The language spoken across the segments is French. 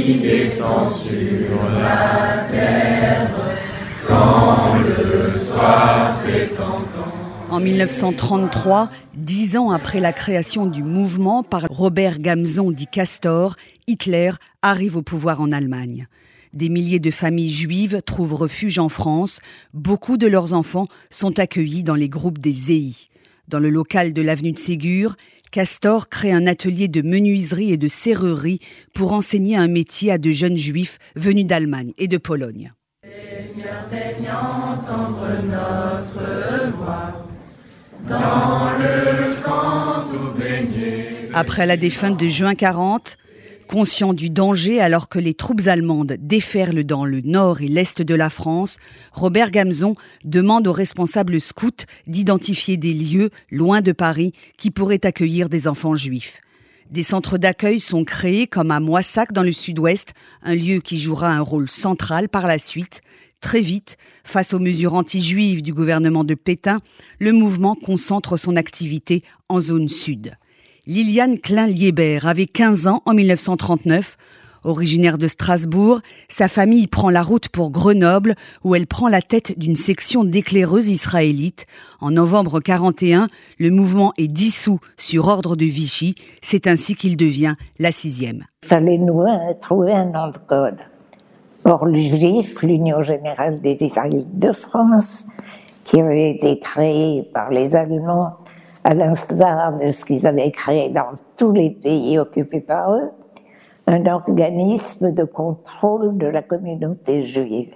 qui descend sur la terre quand le soir s'étend. En 1933, 10 ans après la création du mouvement par Robert Gamson dit Castor, Hitler arrive au pouvoir en Allemagne. Des milliers de familles juives trouvent refuge en France. Beaucoup de leurs enfants sont accueillis dans les groupes des ZEI. Dans le local de l'avenue de Ségur, Castor crée un atelier de menuiserie et de serrurerie pour enseigner un métier à de jeunes juifs venus d'Allemagne et de Pologne. Seigneur, daigne entendre notre voix dans le camp tout baigné. Après la défunte de juin 40, conscient du danger alors que les troupes allemandes déferlent dans le nord et l'est de la France, Robert Gamson demande aux responsables scouts d'identifier des lieux loin de Paris qui pourraient accueillir des enfants juifs. Des centres d'accueil sont créés comme à Moissac dans le sud-ouest, un lieu qui jouera un rôle central par la suite. Très vite, face aux mesures anti-juives du gouvernement de Pétain, le mouvement concentre son activité en zone sud. Liliane Klein-Liébert avait 15 ans en 1939. Originaire de Strasbourg, sa famille prend la route pour Grenoble où elle prend la tête d'une section d'éclaireuses israélites. En novembre 1941, le mouvement est dissous sur ordre de Vichy. C'est ainsi qu'il devient la 6e. Il fallait nous trouver un nom de code. Or, l'UGIF, l'Union Générale des Israélites de France, qui avait été créée par les Allemands à l'instar de ce qu'ils avaient créé dans tous les pays occupés par eux, un organisme de contrôle de la communauté juive.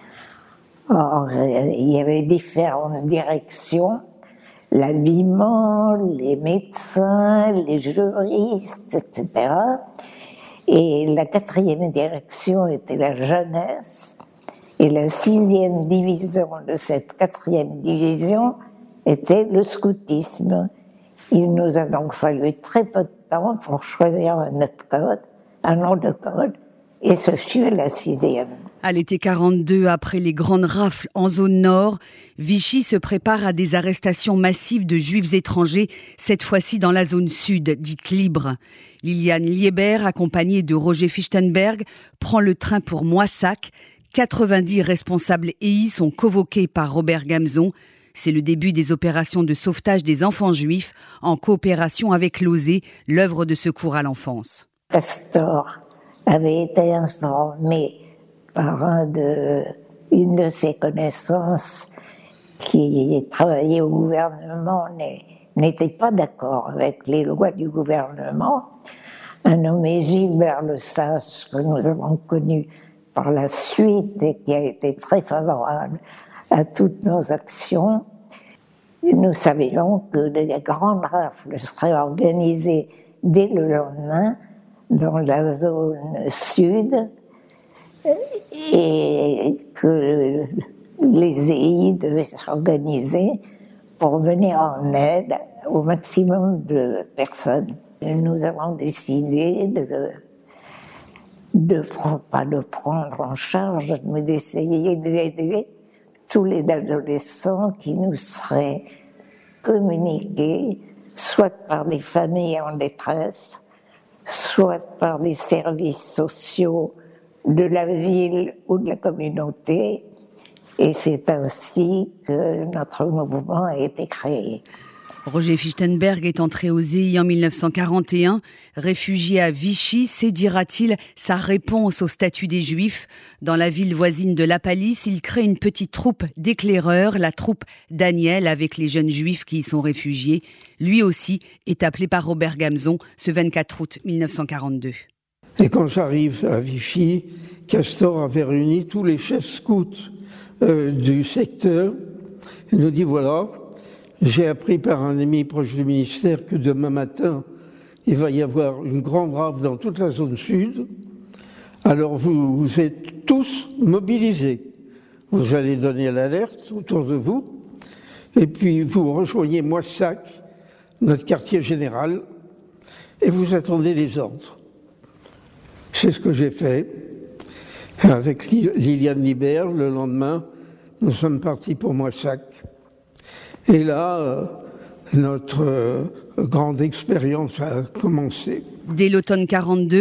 Or, il y avait différentes directions, l'habillement, les médecins, les juristes, etc. Et la 4e direction était la jeunesse, et la 6e division de cette 4e division était le scoutisme. Il nous a donc fallu très peu de temps pour choisir notre code, un nom de code, et ce fut la 6e. À l'été 42, après les grandes rafles en zone nord, Vichy se prépare à des arrestations massives de juifs étrangers, cette fois-ci dans la zone sud, dite libre. Liliane Liébert, accompagnée de Roger Fichtenberg, prend le train pour Moissac. 90 responsables EI sont convoqués par Robert Gamson. C'est le début des opérations de sauvetage des enfants juifs en coopération avec l'OSE, l'œuvre de secours à l'enfance. Castor avait été informé par une de ses connaissances qui travaillait au gouvernement, n'était pas d'accord avec les lois du gouvernement. Un nommé Gilbert Le Sage, que nous avons connu par la suite et qui a été très favorable à toutes nos actions. Nous savions que des grandes rafles seraient organisées dès le lendemain dans la zone sud et que les EI devaient s'organiser pour venir en aide au maximum de personnes. Nous avons décidé pas de prendre en charge, mais d'essayer d'aider tous les adolescents qui nous seraient communiqués, soit par des familles en détresse, soit par des services sociaux de la ville ou de la communauté. Et c'est ainsi que notre mouvement a été créé. Roger Fichtenberg est entré au ZEI en 1941. Réfugié à Vichy, c'est, dira-t-il, sa réponse au statut des Juifs. Dans la ville voisine de La Palisse, il crée une petite troupe d'éclaireurs, la troupe Daniel, avec les jeunes Juifs qui y sont réfugiés. Lui aussi est appelé par Robert Gamson ce 24 août 1942. Et quand j'arrive à Vichy, Castor avait réuni tous les chefs scouts du secteur. Il nous dit, voilà, j'ai appris par un ami proche du ministère que demain matin, il va y avoir une grande rafle dans toute la zone sud. Alors vous êtes tous mobilisés. Vous allez donner l'alerte autour de vous. Et puis vous rejoignez Moissac, notre quartier général, et vous attendez les ordres. C'est ce que j'ai fait. Avec Liliane Liébert, le lendemain, nous sommes partis pour Moissac. Et là, notre grande expérience a commencé. Dès l'automne 42,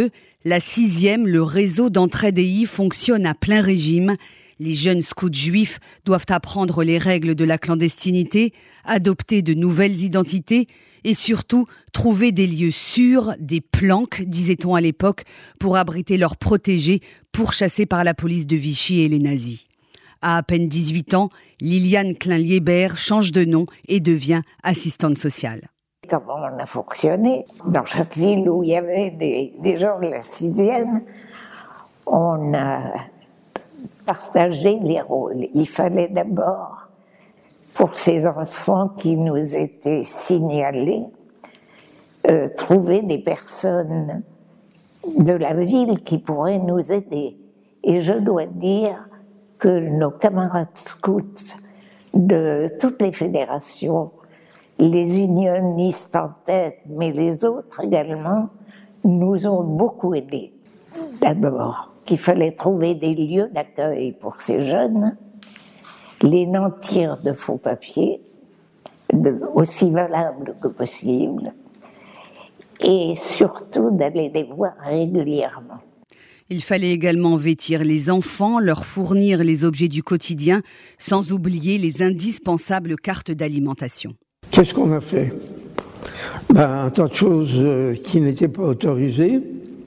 La 6e, le réseau d'entraide-EI fonctionne à plein régime. Les jeunes scouts juifs doivent apprendre les règles de la clandestinité, adopter de nouvelles identités et surtout trouver des lieux sûrs, des planques, disait-on à l'époque, pour abriter leurs protégés pourchassés par la police de Vichy et les nazis. À peine 18 ans, Liliane Klein-Liébert change de nom et devient assistante sociale. Comment on a fonctionné? Dans chaque ville où il y avait des gens de la 6e, on a partagé les rôles. Il fallait d'abord, pour ces enfants qui nous étaient signalés, trouver des personnes de la ville qui pourraient nous aider. Et je dois dire que nos camarades scouts de toutes les fédérations, les unionistes en tête, mais les autres également, nous ont beaucoup aidés. D'abord, qu'il fallait trouver des lieux d'accueil pour ces jeunes, les nantir de faux papiers, aussi valables que possible, et surtout d'aller les voir régulièrement. Il fallait également vêtir les enfants, leur fournir les objets du quotidien, sans oublier les indispensables cartes d'alimentation. Qu'est-ce qu'on a fait? Un tas de choses qui n'étaient pas autorisées,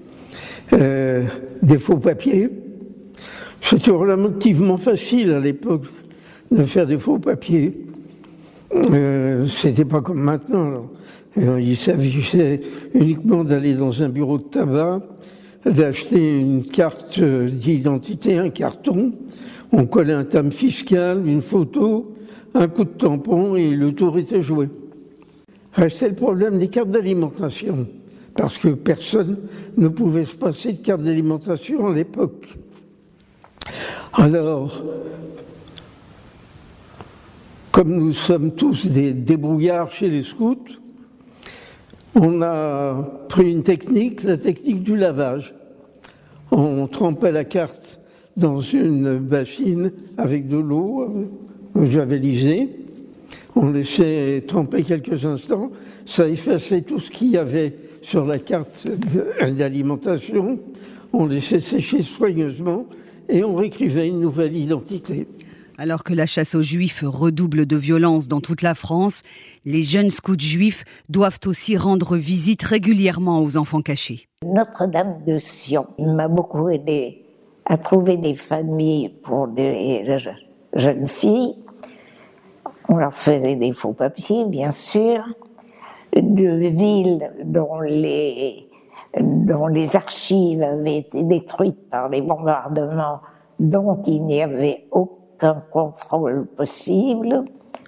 des faux papiers. C'était relativement facile à l'époque de faire des faux papiers. C'était pas comme maintenant. Il s'agissait uniquement d'aller dans un bureau de tabac, d'acheter une carte d'identité, un carton, on collait un timbre fiscal, une photo, un coup de tampon et le tour était joué. Restait le problème des cartes d'alimentation, parce que personne ne pouvait se passer de carte d'alimentation à l'époque. Alors, comme nous sommes tous des débrouillards chez les scouts, on a pris une technique, la technique du lavage. On trempait la carte dans une bassine avec de l'eau javelisée. On laissait tremper quelques instants. Ça effaçait tout ce qu'il y avait sur la carte d'alimentation. On laissait sécher soigneusement et on réécrivait une nouvelle identité. Alors que la chasse aux juifs redouble de violence dans toute la France, les jeunes scouts juifs doivent aussi rendre visite régulièrement aux enfants cachés. Notre-Dame de Sion m'a beaucoup aidé à trouver des familles pour des jeunes filles. On leur faisait des faux papiers, bien sûr, de villes dont les archives avaient été détruites par les bombardements, donc il n'y avait aucun contrôle possible.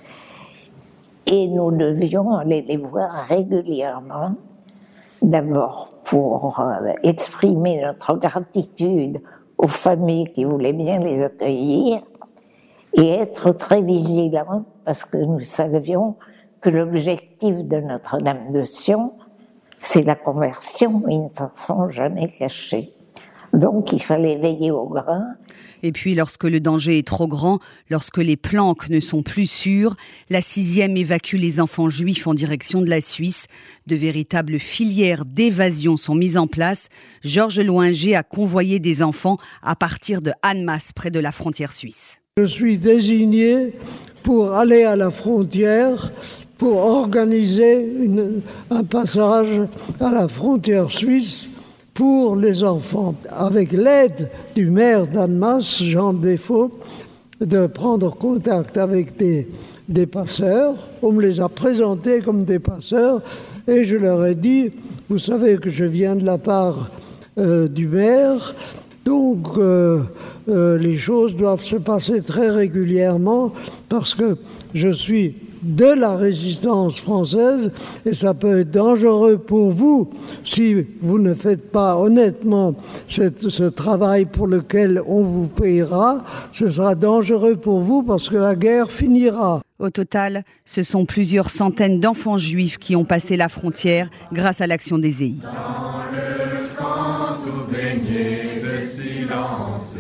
Et nous devions aller les voir régulièrement, d'abord pour exprimer notre gratitude aux familles qui voulaient bien les accueillir, et être très vigilants parce que nous savions que l'objectif de Notre-Dame de Sion, c'est la conversion, ils ne s'en sont jamais cachés. Donc il fallait veiller au grain. Et puis lorsque le danger est trop grand, lorsque les planques ne sont plus sûres, la 6e évacue les enfants juifs en direction de la Suisse. De véritables filières d'évasion sont mises en place. Georges Loinger a convoyé des enfants à partir de Annemasse, près de la frontière suisse. Je suis désigné pour aller à la frontière, pour organiser un passage à la frontière suisse pour les enfants, avec l'aide du maire d'Annemasse, Jean Défaut, de prendre contact avec des passeurs. On me les a présentés comme des passeurs et je leur ai dit, vous savez que je viens de la part du maire, donc les choses doivent se passer très régulièrement parce que je suis de la résistance française et ça peut être dangereux pour vous si vous ne faites pas honnêtement ce travail pour lequel on vous payera. Ce sera dangereux pour vous parce que la guerre finira. Au total, ce sont plusieurs centaines d'enfants juifs qui ont passé la frontière grâce à l'action des EI. Dans le camp tout baigné de silence,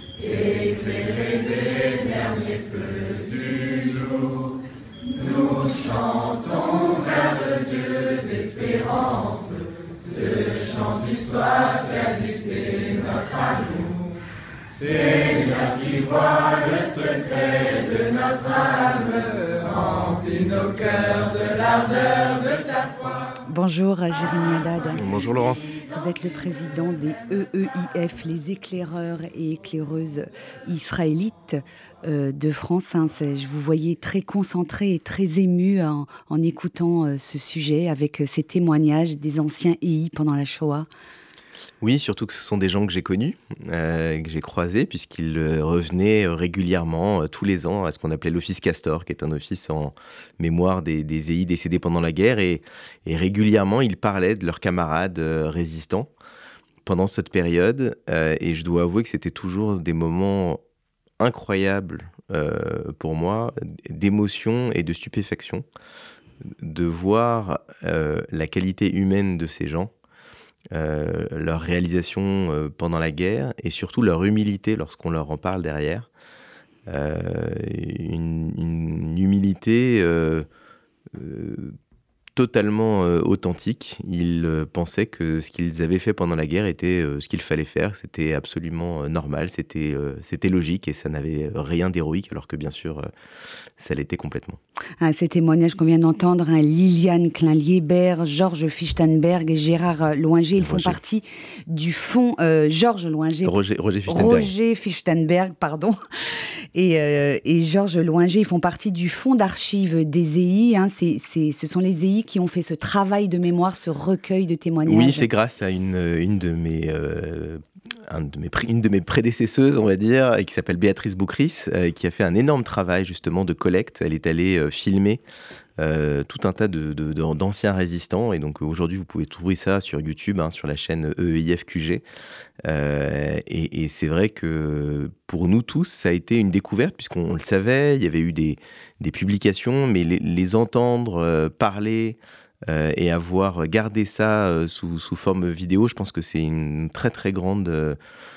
éclairé des derniers feux du jour, nous chantons vers le Dieu d'espérance, ce chant du soir. patriotique notre amour. Seigneur qui vois le secret de notre âme, remplis nos cœurs de l'ardeur de ta foi. Bonjour Jérémy Haddad. Bonjour Laurence. Vous êtes le président des EEIF, les éclaireurs et éclaireuses israélites de France. Je vous voyais très concentré et très ému en écoutant ce sujet avec ces témoignages des anciens EI pendant la Shoah. Oui, surtout que ce sont des gens que j'ai connus, que j'ai croisés, puisqu'ils revenaient régulièrement, tous les ans, à ce qu'on appelait l'Office Castor, qui est un office en mémoire des EI décédés pendant la guerre. Et régulièrement, ils parlaient de leurs camarades résistants pendant cette période. Et je dois avouer que c'était toujours des moments incroyables pour moi, d'émotion et de stupéfaction, de voir la qualité humaine de ces gens. Leur réalisation pendant la guerre et surtout leur humilité lorsqu'on leur en parle derrière. Une humilité totalement authentique. Ils pensaient que ce qu'ils avaient fait pendant la guerre était ce qu'il fallait faire, c'était absolument normal, c'était logique et ça n'avait rien d'héroïque, alors que bien sûr, ça l'était complètement. Ces témoignages qu'on vient d'entendre, Liliane Klein-Liebert, Georges Fichtenberg et Gérard Loinger, ils font partie du fonds Georges Loinger. Roger Fichtenberg, pardon. Et Georges Loinger, ils font partie du fonds d'archives des EI. Ce sont les EI qui ont fait ce travail de mémoire, ce recueil de témoignages. Oui, c'est grâce à une de mes prédécesseuses, on va dire, qui s'appelle Béatrice Boucris, qui a fait un énorme travail justement de collecte. Elle est allée filmer tout un tas d'anciens résistants, et donc aujourd'hui vous pouvez trouver ça sur YouTube, sur la chaîne EEIFQG. Et c'est vrai que pour nous tous, ça a été une découverte, puisqu'on le savait, il y avait eu des publications, mais les entendre parler et avoir gardé ça sous forme vidéo, je pense que c'est une très très grande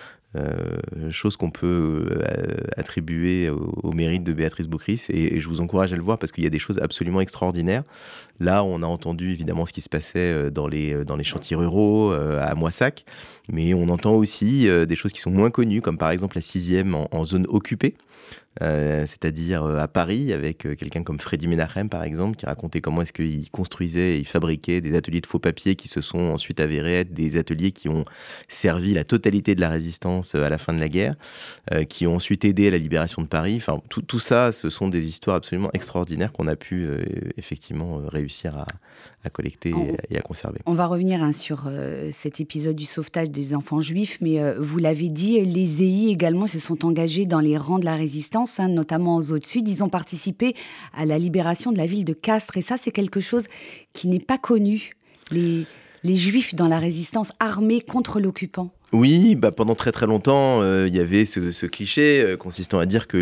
chose qu'on peut attribuer au mérite de Béatrice Boucris, et je vous encourage à le voir parce qu'il y a des choses absolument extraordinaires. Là, on a entendu évidemment ce qui se passait dans les chantiers ruraux à Moissac, mais on entend aussi des choses qui sont moins connues, comme par exemple la 6e en zone occupée, c'est-à-dire à Paris, avec quelqu'un comme Freddy Menachem par exemple, qui racontait comment est-ce qu'il construisait et il fabriquait des ateliers de faux papiers qui se sont ensuite avérés être des ateliers qui ont servi la totalité de la résistance à la fin de la guerre, qui ont ensuite aidé à la libération de Paris. Enfin, tout ça, ce sont des histoires absolument extraordinaires qu'on a pu effectivement réussir à collecter et à conserver. On va revenir sur cet épisode du sauvetage des enfants juifs, mais vous l'avez dit, les EI également se sont engagés dans les rangs de la résistance, notamment aux Hauts-de-Sud. Ils ont participé à la libération de la ville de Castres, et ça, c'est quelque chose qui n'est pas connu. Les Juifs dans la résistance armés contre l'occupant. Oui, pendant très très longtemps, il y avait ce cliché consistant à dire que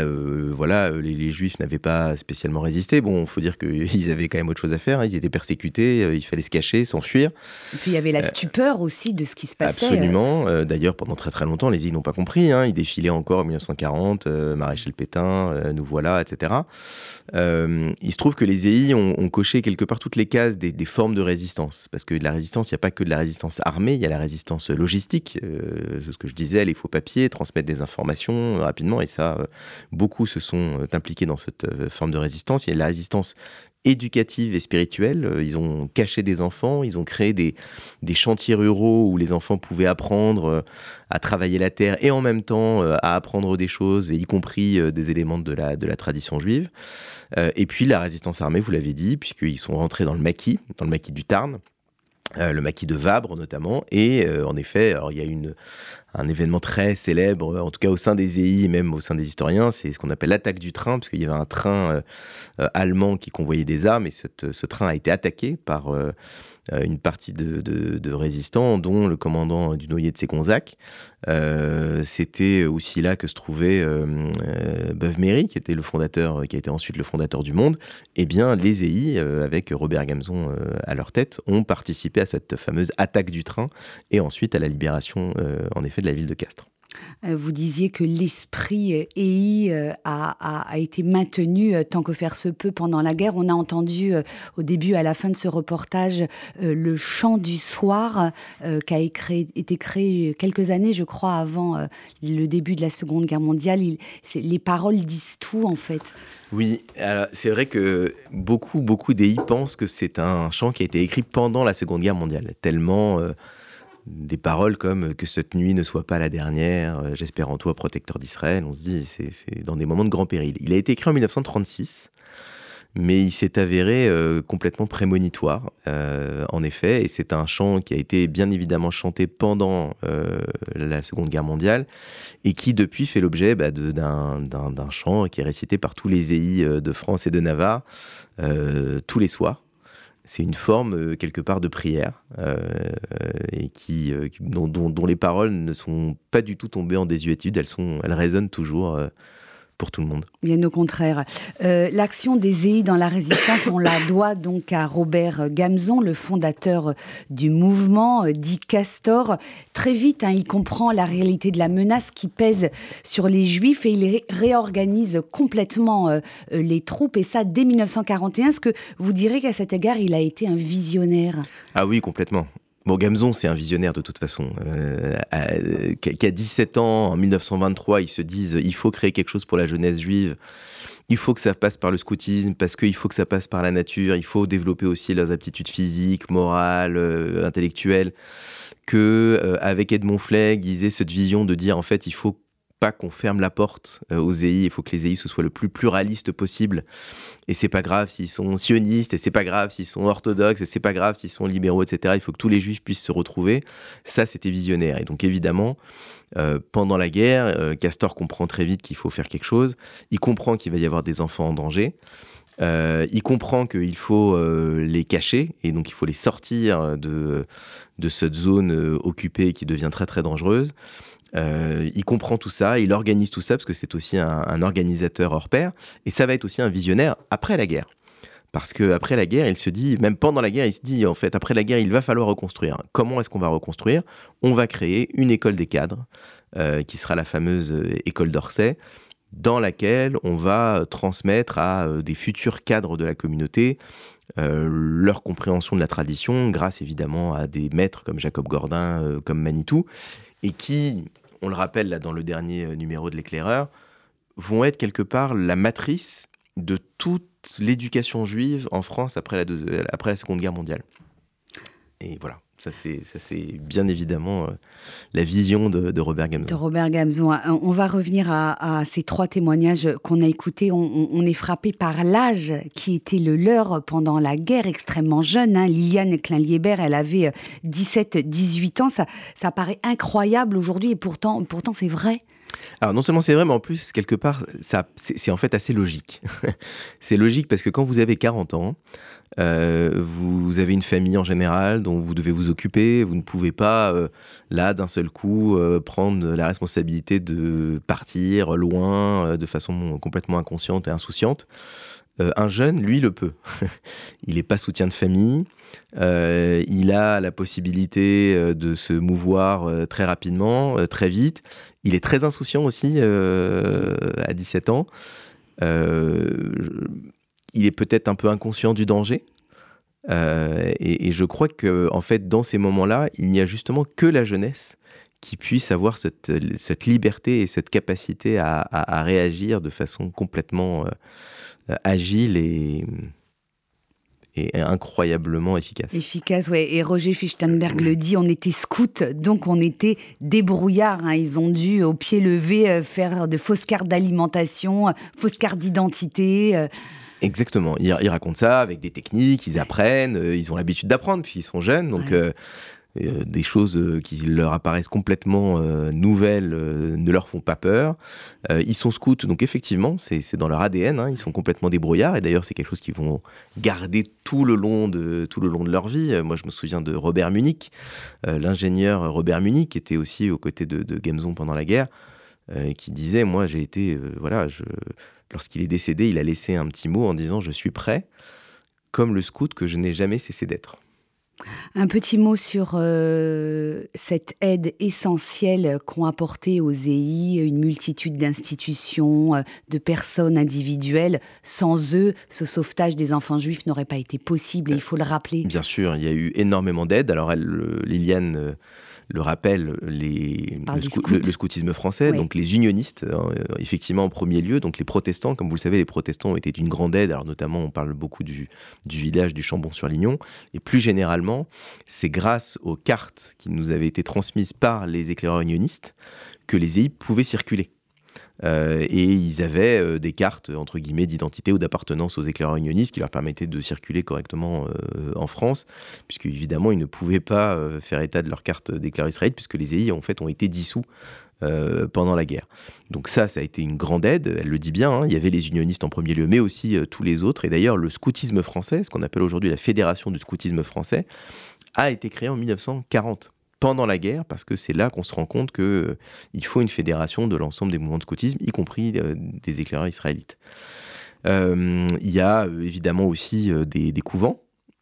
les Juifs n'avaient pas spécialement résisté. Bon, il faut dire qu'ils avaient quand même autre chose à faire. Ils étaient persécutés, il fallait se cacher, s'enfuir. Et puis il y avait la stupeur aussi de ce qui se passait. Absolument. D'ailleurs, pendant très très longtemps, les EI n'ont pas compris. Ils défilaient encore en 1940, Maréchal Pétain, nous voilà, etc. Il se trouve que les EI ont coché quelque part toutes les cases des formes de résistance. Parce que de la résistance, il n'y a pas que de la résistance armée, il y a la résistance logistique. C'est ce que je disais, les faux papiers, transmettre des informations rapidement, et ça, beaucoup se sont impliqués dans cette forme de résistance. Il y a la résistance éducative et spirituelle. Ils ont caché des enfants, ils ont créé des chantiers ruraux où les enfants pouvaient apprendre à travailler la terre et en même temps à apprendre des choses, y compris des éléments de la tradition juive. Et puis la résistance armée, vous l'avez dit, puisqu'ils sont rentrés dans le maquis du Tarn, le maquis de Vabre notamment, et en effet, alors il y a un événement très célèbre, en tout cas au sein des EI et même au sein des historiens, c'est ce qu'on appelle l'attaque du train, parce qu'il y avait un train allemand qui convoyait des armes, et ce train a été attaqué par une partie de résistants, dont le commandant du noyer de Séconzac. C'était aussi là que se trouvait Beuve-Méry, qui était le fondateur, qui a été ensuite le fondateur du Monde. Eh bien, les EI, avec Robert Gamzon à leur tête, ont participé à cette fameuse attaque du train et ensuite à la libération, en effet, de la ville de Castres. Vous disiez que l'esprit EI a été maintenu tant que faire se peut pendant la guerre. On a entendu au début, à la fin de ce reportage, le chant du soir qui a été créé quelques années, je crois, avant le début de la Seconde Guerre mondiale. Les paroles disent tout, en fait. Oui, alors, c'est vrai que beaucoup d'EI pensent que c'est un chant qui a été écrit pendant la Seconde Guerre mondiale, tellement... des paroles comme « que cette nuit ne soit pas la dernière »,« j'espère en toi, protecteur d'Israël », on se dit c'est dans des moments de grand péril. Il a été écrit en 1936, mais il s'est avéré complètement prémonitoire, en effet, et c'est un chant qui a été bien évidemment chanté pendant la Seconde Guerre mondiale, et qui depuis fait l'objet d'un chant qui est récité par tous les EI de France et de Navarre tous les soirs. C'est une forme, quelque part, de prière, et dont les paroles ne sont pas du tout tombées en désuétude, elles résonnent toujours pour tout le monde. Bien au contraire. L'action des EI dans la résistance, on la doit donc à Robert Gamzon, le fondateur du mouvement, dit Castor. Très vite, il comprend la réalité de la menace qui pèse sur les Juifs et il réorganise complètement les troupes. Et ça, dès 1941, est-ce que vous direz qu'à cet égard, il a été un visionnaire ? Ah oui, complètement. Bon, Gamzon, c'est un visionnaire de toute façon. Qu'à 17 ans, en 1923, ils se disent « il faut créer quelque chose pour la jeunesse juive ». Il faut que ça passe par le scoutisme, parce qu'il faut que ça passe par la nature. Il faut développer aussi leurs aptitudes physiques, morales, intellectuelles. Avec Edmond Flegg, ils aient cette vision de dire, en fait, il faut pas qu'on ferme la porte aux EI, il faut que les EI soient le plus pluralistes possible. Et c'est pas grave s'ils sont sionistes, et c'est pas grave s'ils sont orthodoxes, et c'est pas grave s'ils sont libéraux, etc. Il faut que tous les juifs puissent se retrouver. Ça, c'était visionnaire. Et donc, évidemment, pendant la guerre, Castor comprend très vite qu'il faut faire quelque chose. Il comprend qu'il va y avoir des enfants en danger. Il comprend qu'il faut les cacher, et donc il faut les sortir de cette zone occupée qui devient très, très dangereuse. Il comprend tout ça, il organise tout ça parce que c'est aussi un organisateur hors pair, et ça va être aussi un visionnaire après la guerre. Parce qu'après la guerre, il se dit, même pendant la guerre, il se dit, en fait, après la guerre, il va falloir reconstruire. Comment est-ce qu'on va reconstruire ? On va créer une école des cadres, qui sera la fameuse école d'Orsay, dans laquelle on va transmettre à des futurs cadres de la communauté leur compréhension de la tradition, grâce évidemment à des maîtres comme Jacob Gordin, comme Manitou, et qui, on le rappelle là dans le dernier numéro de l'Éclaireur, vont être quelque part la matrice de toute l'éducation juive en France après la Seconde Guerre mondiale. Et voilà. Ça, c'est bien évidemment la vision de Robert Gamzon. De Robert Gamzon. On va revenir à ces 3 témoignages qu'on a écoutés. On est frappé par l'âge qui était le leur pendant la guerre, extrêmement jeune. Liliane Klein-Liébert, elle avait 17-18 ans. Ça paraît incroyable aujourd'hui et pourtant c'est vrai. Alors non seulement c'est vrai, mais en plus, quelque part, c'est en fait assez logique. C'est logique parce que quand vous avez 40 ans, vous avez une famille en général dont vous devez vous occuper, vous ne pouvez pas, là, d'un seul coup, prendre la responsabilité de partir loin de façon complètement inconsciente et insouciante. Un jeune, lui, le peut. Il n'est pas soutien de famille, il a la possibilité de se mouvoir très rapidement, très vite. Il est très insouciant aussi à 17 ans. Il est peut-être un peu inconscient du danger. Et je crois que, en fait, dans ces moments-là, il n'y a justement que la jeunesse qui puisse avoir cette liberté et cette capacité à réagir de façon complètement agile et incroyablement efficace. Efficace, ouais. Et Roger Fichtenberg le dit, on était scouts, donc on était débrouillards. Ils ont dû, au pied levé, faire de fausses cartes d'alimentation, fausses cartes d'identité. Exactement. Ils racontent ça avec des techniques, ils apprennent, ils ont l'habitude d'apprendre, puis ils sont jeunes, donc des choses qui leur apparaissent complètement nouvelles ne leur font pas peur. Ils sont scouts, donc effectivement, c'est dans leur ADN, ils sont complètement débrouillards, et d'ailleurs c'est quelque chose qu'ils vont garder tout le long de leur vie. Moi je me souviens de Robert Munich, l'ingénieur Robert Munich, qui était aussi aux côtés de Gamzon pendant la guerre, qui disait, moi j'ai été, lorsqu'il est décédé, il a laissé un petit mot en disant « Je suis prêt, comme le scout que je n'ai jamais cessé d'être ». Un petit mot sur cette aide essentielle qu'ont apportée aux EI une multitude d'institutions, de personnes individuelles. Sans eux, ce sauvetage des enfants juifs n'aurait pas été possible, et il faut le rappeler. Bien sûr, il y a eu énormément d'aides. Alors Liliane le rappelle, le scoutisme français, oui. Donc les unionistes, effectivement en premier lieu, donc les protestants, comme vous le savez, les protestants ont été d'une grande aide, alors notamment on parle beaucoup du village du Chambon-sur-Lignon, et plus généralement, c'est grâce aux cartes qui nous avaient été transmises par les éclaireurs unionistes que les EI pouvaient circuler. Et ils avaient des cartes entre guillemets d'identité ou d'appartenance aux éclaireurs unionistes qui leur permettaient de circuler correctement en France, puisque évidemment ils ne pouvaient pas faire état de leur carte d'éclaireur israélite, puisque les EI en fait ont été dissous pendant la guerre. Donc ça a été une grande aide, elle le dit bien, hein. Il y avait les unionistes en premier lieu, mais aussi tous les autres, et d'ailleurs le scoutisme français, ce qu'on appelle aujourd'hui la Fédération du scoutisme français, a été créé en 1940. Pendant la guerre, parce que c'est là qu'on se rend compte qu'il faut une fédération de l'ensemble des mouvements de scoutisme, y compris des éclaireurs israélites. Il y a évidemment aussi des couvents,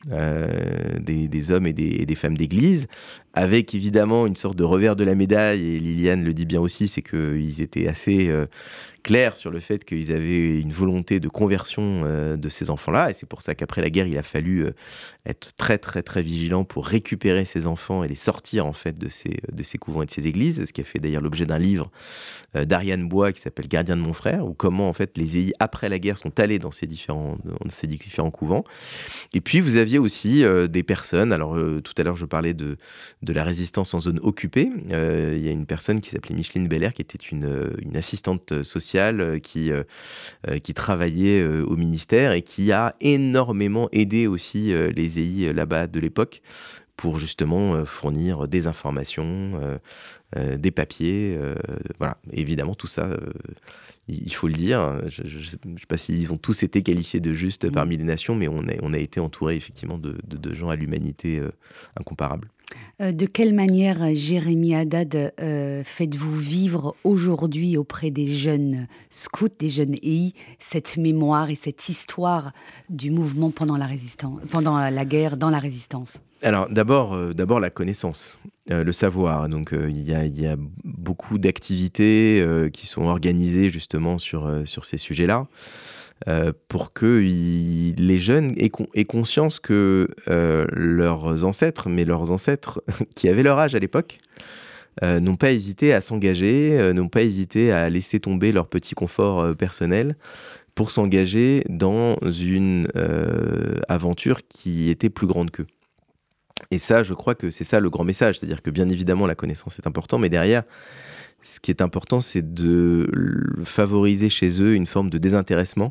des hommes et des femmes d'église, avec évidemment une sorte de revers de la médaille, et Liliane le dit bien aussi, c'est qu'ils étaient assez clairs sur le fait qu'ils avaient une volonté de conversion de ces enfants-là, et c'est pour ça qu'après la guerre, il a fallu être très très très vigilant pour récupérer ces enfants et les sortir en fait de ces couvents et de ces églises, ce qui a fait d'ailleurs l'objet d'un livre d'Ariane Bois qui s'appelle Gardien de mon frère, où comment en fait les EI après la guerre sont allés dans ces différents couvents. Et puis vous aviez aussi des personnes, alors tout à l'heure je parlais de la résistance en zone occupée, il y a une personne qui s'appelait Micheline Belair qui était une assistante sociale qui travaillait au ministère et qui a énormément aidé aussi les EI là-bas de l'époque pour justement fournir des informations, des papiers, voilà. Et évidemment tout ça, il faut le dire, je ne sais pas s'ils ont tous été qualifiés de justes parmi les nations, mais on a été entouré effectivement de gens à l'humanité incomparable. De quelle manière, Jérémy Haddad, faites-vous vivre aujourd'hui auprès des jeunes scouts, des jeunes EI, cette mémoire et cette histoire du mouvement pendant la guerre, dans la résistance ? Alors d'abord la connaissance, le savoir. Donc il y a beaucoup d'activités qui sont organisées justement sur ces sujets-là. Pour que les jeunes aient conscience que leurs ancêtres qui avaient leur âge à l'époque, n'ont pas hésité à s'engager, n'ont pas hésité à laisser tomber leur petit confort personnel pour s'engager dans une aventure qui était plus grande qu'eux. Et ça, je crois que c'est ça le grand message, c'est-à-dire que bien évidemment la connaissance est importante, mais derrière, ce qui est important, c'est de favoriser chez eux une forme de désintéressement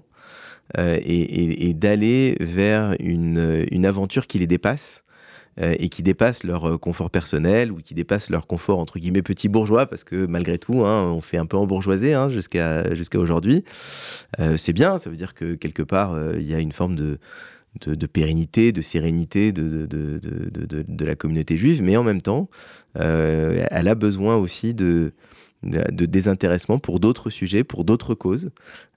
et d'aller vers une aventure qui les dépasse et qui dépasse leur confort personnel ou qui dépasse leur confort entre guillemets petit bourgeois, parce que malgré tout, hein, on s'est un peu embourgeoisé jusqu'à aujourd'hui. C'est bien, ça veut dire que quelque part, il y a une forme de pérennité, de sérénité de la communauté juive, mais en même temps, elle a besoin aussi de désintéressement pour d'autres sujets, pour d'autres causes.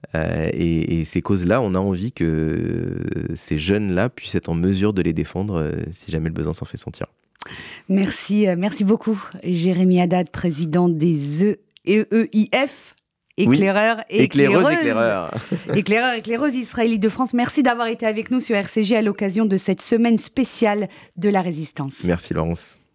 Et ces causes-là, on a envie que ces jeunes-là puissent être en mesure de les défendre si jamais le besoin s'en fait sentir. Merci beaucoup, Jérémy Haddad, président des EEIF. Éclaireurs et éclaireuses israélites de France. Merci d'avoir été avec nous sur RCJ à l'occasion de cette semaine spéciale de la Résistance. Merci Laurence.